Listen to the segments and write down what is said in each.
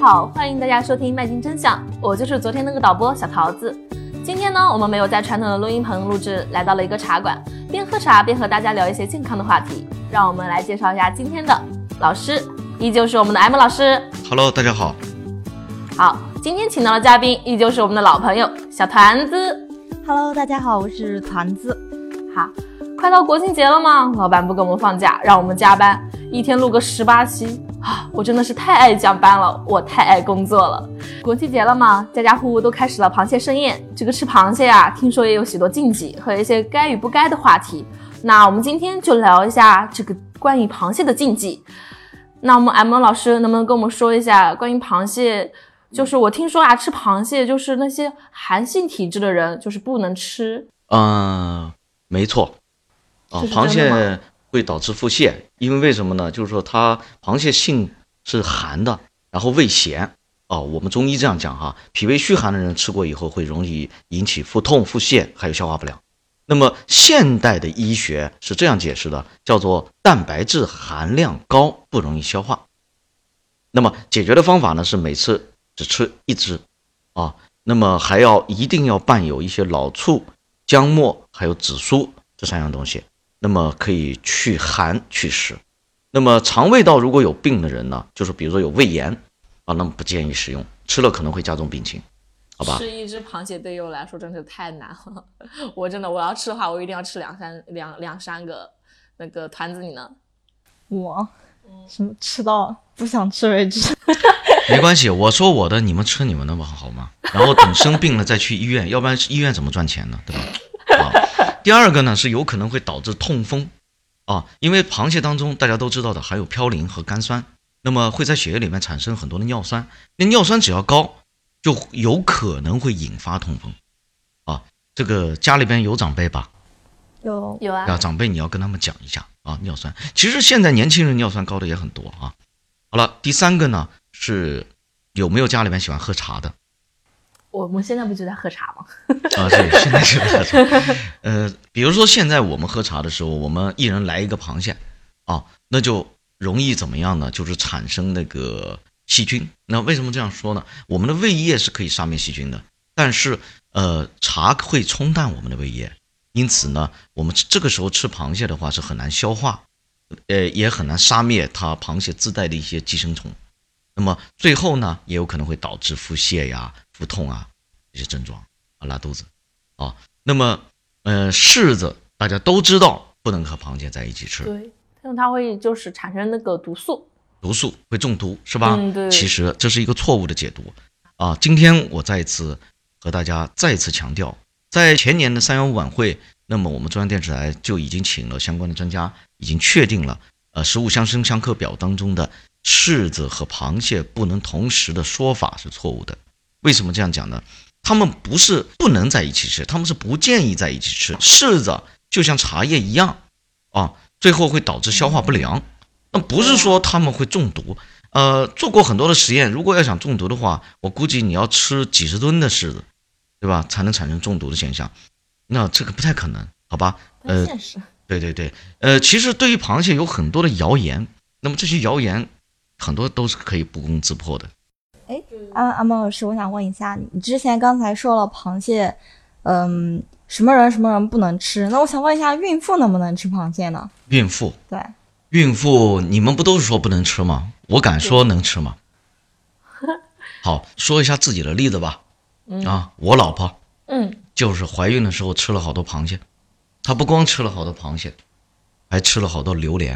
好，欢迎大家收听麦金真相，我就是昨天那个导播小桃子。今天呢，我们没有在传统的录音棚录制，来到了一个茶馆，边喝茶边和大家聊一些健康的话题。让我们来介绍一下今天的老师，依旧是我们的 M 老师。 Hello， 大家好。 好，今天请到的嘉宾依旧是我们的老朋友小团子。 Hello， 大家好，我是团子。 好，快到国庆节了嘛，老板不给我们放假，让我们加班，一天录个18期啊！我真的是太爱加班了，我太爱工作了。国庆节了嘛，家家户户都开始了螃蟹盛宴。这个吃螃蟹啊，听说也有许多禁忌和一些该与不该的话题。那我们今天就聊一下这个关于螃蟹的禁忌。那我们 M 老师能不能跟我们说一下关于螃蟹？就是我听说啊，吃螃蟹就是那些寒性体质的人就是不能吃。 没错。螃蟹会导致腹泻，因为什么呢？就是说螃蟹性是寒的，然后味咸。我们中医这样讲哈，脾胃虚寒的人吃过以后会容易引起腹痛、腹泻，还有消化不良。那么现代的医学是这样解释的，叫做蛋白质含量高，不容易消化。那么解决的方法呢，是每次只吃一只那么一定要伴有一些老醋、姜末还有紫苏这3样东西，那么可以去寒祛湿。那么肠胃道如果有病的人呢，就是比如说有胃炎那么不建议食用，吃了可能会加重病情，好吧？ 吃一只螃蟹对于我来说真是太难了，我要吃的话，我一定要吃两三个。那个团子你呢？ 我什么吃到不想吃为止。 没关系，我说我的，你们吃你们的吧，好吗？然后等生病了再去医院，要不然医院怎么赚钱呢？对吧？第二个呢，是有可能会导致痛风因为螃蟹当中大家都知道的含有嘌呤和甘酸，那么会在血液里面产生很多的尿酸，那尿酸只要高就有可能会引发痛风这个家里边有长辈吧？ 有啊， 长辈你要跟他们讲一下尿酸。其实现在年轻人尿酸高的也很多好了，第3个呢是有没有家里面喜欢喝茶的？ 我们现在不就在喝茶吗？ 对，现在是喝茶。比如说现在我们喝茶的时候，我们一人来一个螃蟹那就容易怎么样呢？就是产生那个细菌。那为什么这样说呢？我们的胃液是可以杀灭细菌的，但是茶会冲淡我们的胃液，因此呢，我们这个时候吃螃蟹的话是很难消化，也很难杀灭它螃蟹自带的一些寄生虫。那么最后呢，也有可能会导致腹泻呀、腹痛这些症状拉肚子那么柿子大家都知道不能和螃蟹在一起吃， 对，因为它会就是产生那个毒素会中毒是吧？ 对。 其实这是一个错误的解读今天我再次和大家再次强调，在前年的315晚会，那么我们中央电视台就已经请了相关的专家，已经确定了食物相生相克表当中的柿子和螃蟹不能同时的说法是错误的。为什么这样讲呢？他们不是不能在一起吃，他们是不建议在一起吃。柿子就像茶叶一样最后会导致消化不良，那不是说他们会中毒。做过很多的实验，如果要想中毒的话，我估计你要吃几十吨的柿子，对吧，才能产生中毒的现象。那这个不太可能，好吧？ 现实。 对。其实对于螃蟹有很多的谣言，那么这些谣言很多都是可以不攻自破的。 阿毛老师，我想问一下，你之前刚才说了螃蟹，什么人不能吃？那我想问一下，孕妇能不能吃螃蟹呢？ 孕妇？ 对， 孕妇你们不都是说不能吃吗？我敢说能吃吗？好，说一下自己的例子吧。我老婆就是怀孕的时候吃了好多螃蟹，她不光吃了好多螃蟹，还吃了好多榴莲。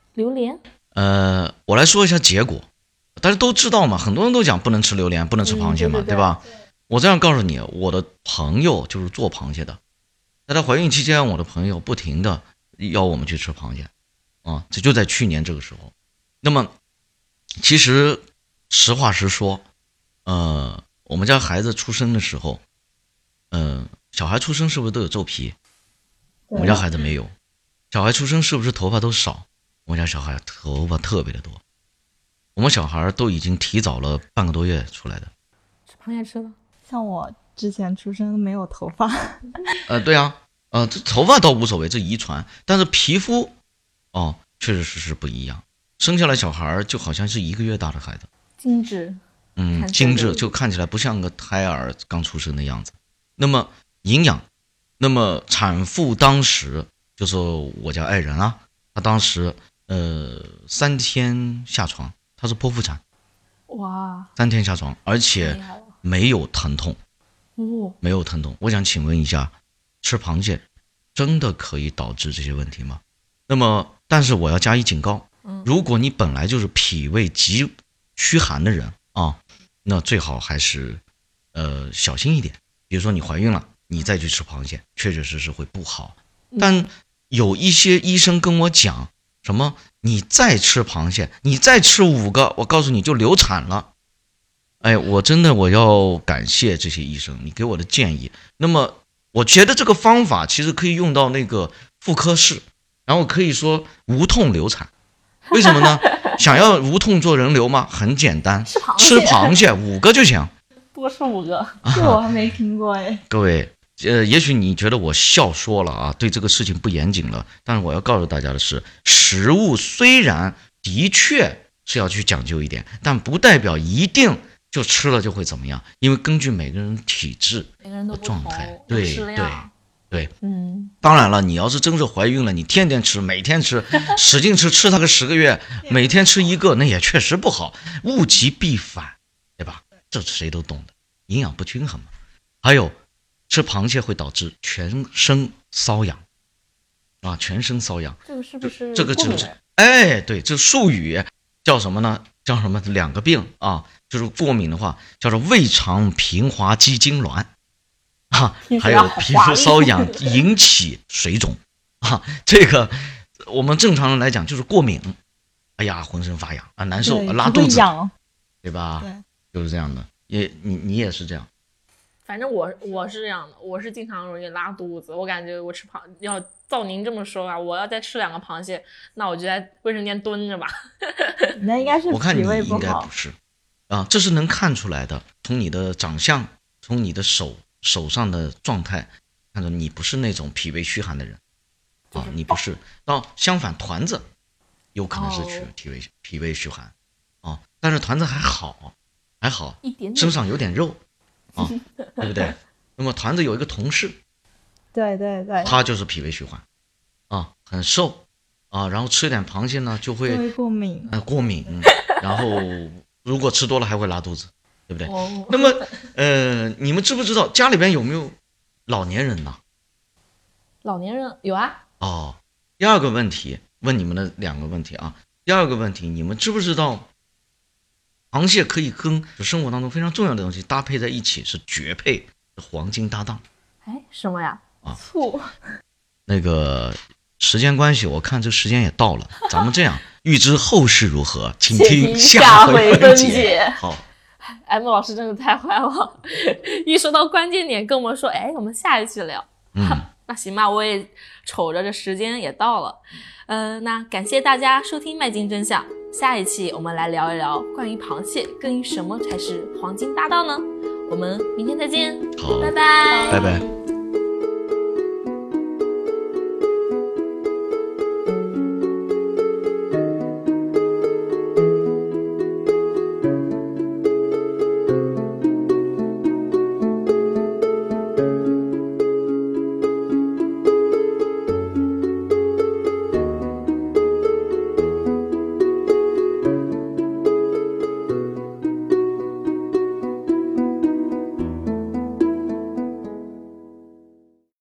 我来说一下结果。大家都知道嘛，很多人都讲不能吃榴莲，不能吃螃蟹嘛，对吧？我这样告诉你，我的朋友就是做螃蟹的，在她怀孕期间，我的朋友不停的邀我们去吃螃蟹这就在去年这个时候。那么其实实话实说，我们家孩子出生的时候，小孩出生是不是都有皱皮？我们家孩子没有。小孩出生是不是头发都少？我们家小孩头发特别的多。我们小孩都已经提早了半个多月出来的。 吃螃蟹吃了？ 像我之前出生没有头发。 对啊，这头发倒无所谓，这遗传，但是皮肤确实是不一样。生下来小孩就好像是1个月大的孩子， 精致。 精致，就看起来不像个胎儿刚出生的样子。那么营养，那么产妇当时就是我家爱人啊，她当时3天下床，她是剖腹产， 哇 ，3天下床，而且没有疼痛，没有疼痛。我想请问一下，吃螃蟹真的可以导致这些问题吗？那么，但是我要加以警告，如果你本来就是脾胃极虚寒的人啊，那最好还是小心一点。比如说你怀孕了，你再去吃螃蟹，确确实实会不好。但有一些医生跟我讲，什么你再吃螃蟹，你再吃5个，我告诉你就流产了。哎，我要感谢这些医生，你给我的建议。那么我觉得这个方法其实可以用到那个妇科室，然后可以说无痛流产。为什么呢？想要无痛做人流吗？很简单，吃螃蟹5个就行， 多吃5个。 这我还没听过哎。 各位，也许你觉得我笑说了啊，对这个事情不严谨了，但是我要告诉大家的是，食物虽然的确是要去讲究一点，但不代表一定就吃了就会怎么样，因为根据每个人体质的状态，对，当然了，你要是真是怀孕了，你天天吃，每天吃，使劲吃它个10个月，每天吃1个，那也确实不好，物极必反，对吧？这谁都懂的，营养不均衡嘛。还有，吃螃蟹会导致全身瘙痒啊，全身瘙痒， 这个是不是这个就是哎，对，这术语叫什么呢？叫什么？2个病啊，就是过敏的话，叫做胃肠平滑肌痉挛啊，还有皮肤瘙痒引起水肿啊。这个我们正常人来讲就是过敏，哎呀，浑身发痒啊，难受，拉肚子，对吧？对，就是这样的。你也是这样？ 反正我是这样的，我是经常容易拉肚子。我感觉我吃要照您这么说啊，我要再吃2个螃蟹，那我就在卫生间蹲着吧。 那应该是我看你脾胃不好。 应该不是啊，这是能看出来的，从你的长相，从你的手上的状态，看出你不是那种脾胃虚寒的人啊，你不是。相反，团子有可能是脾胃虚寒啊，但是团子还好， 一点点， 身上有点肉啊，对不对？那么团子有一个同事， 对， 他就是脾胃虚寒啊，很瘦啊，然后吃点螃蟹呢就会过敏， 然后如果吃多了还会拉肚子，对不对？那么你们知不知道家里边有没有老年人呢？ 老年人有啊。 第二个问题问你们的2个问题啊。第二个问题，你们知不知道螃蟹可以跟生活当中非常重要的东西搭配在一起，是绝配，是黄金搭档？ 什么呀？ 醋。 那个时间关系，我看这时间也到了，咱们这样，预知后事如何，请听下回分解。好 ，M 老师真的太坏了，一说到关键点跟我们说，我们下一期聊。那行吧，我也瞅着这时间也到了。那感谢大家收听《麦金真相》，下一期我们来聊一聊关于螃蟹跟什么才是黄金搭档呢？我们明天再见， 好， 拜拜， 拜拜。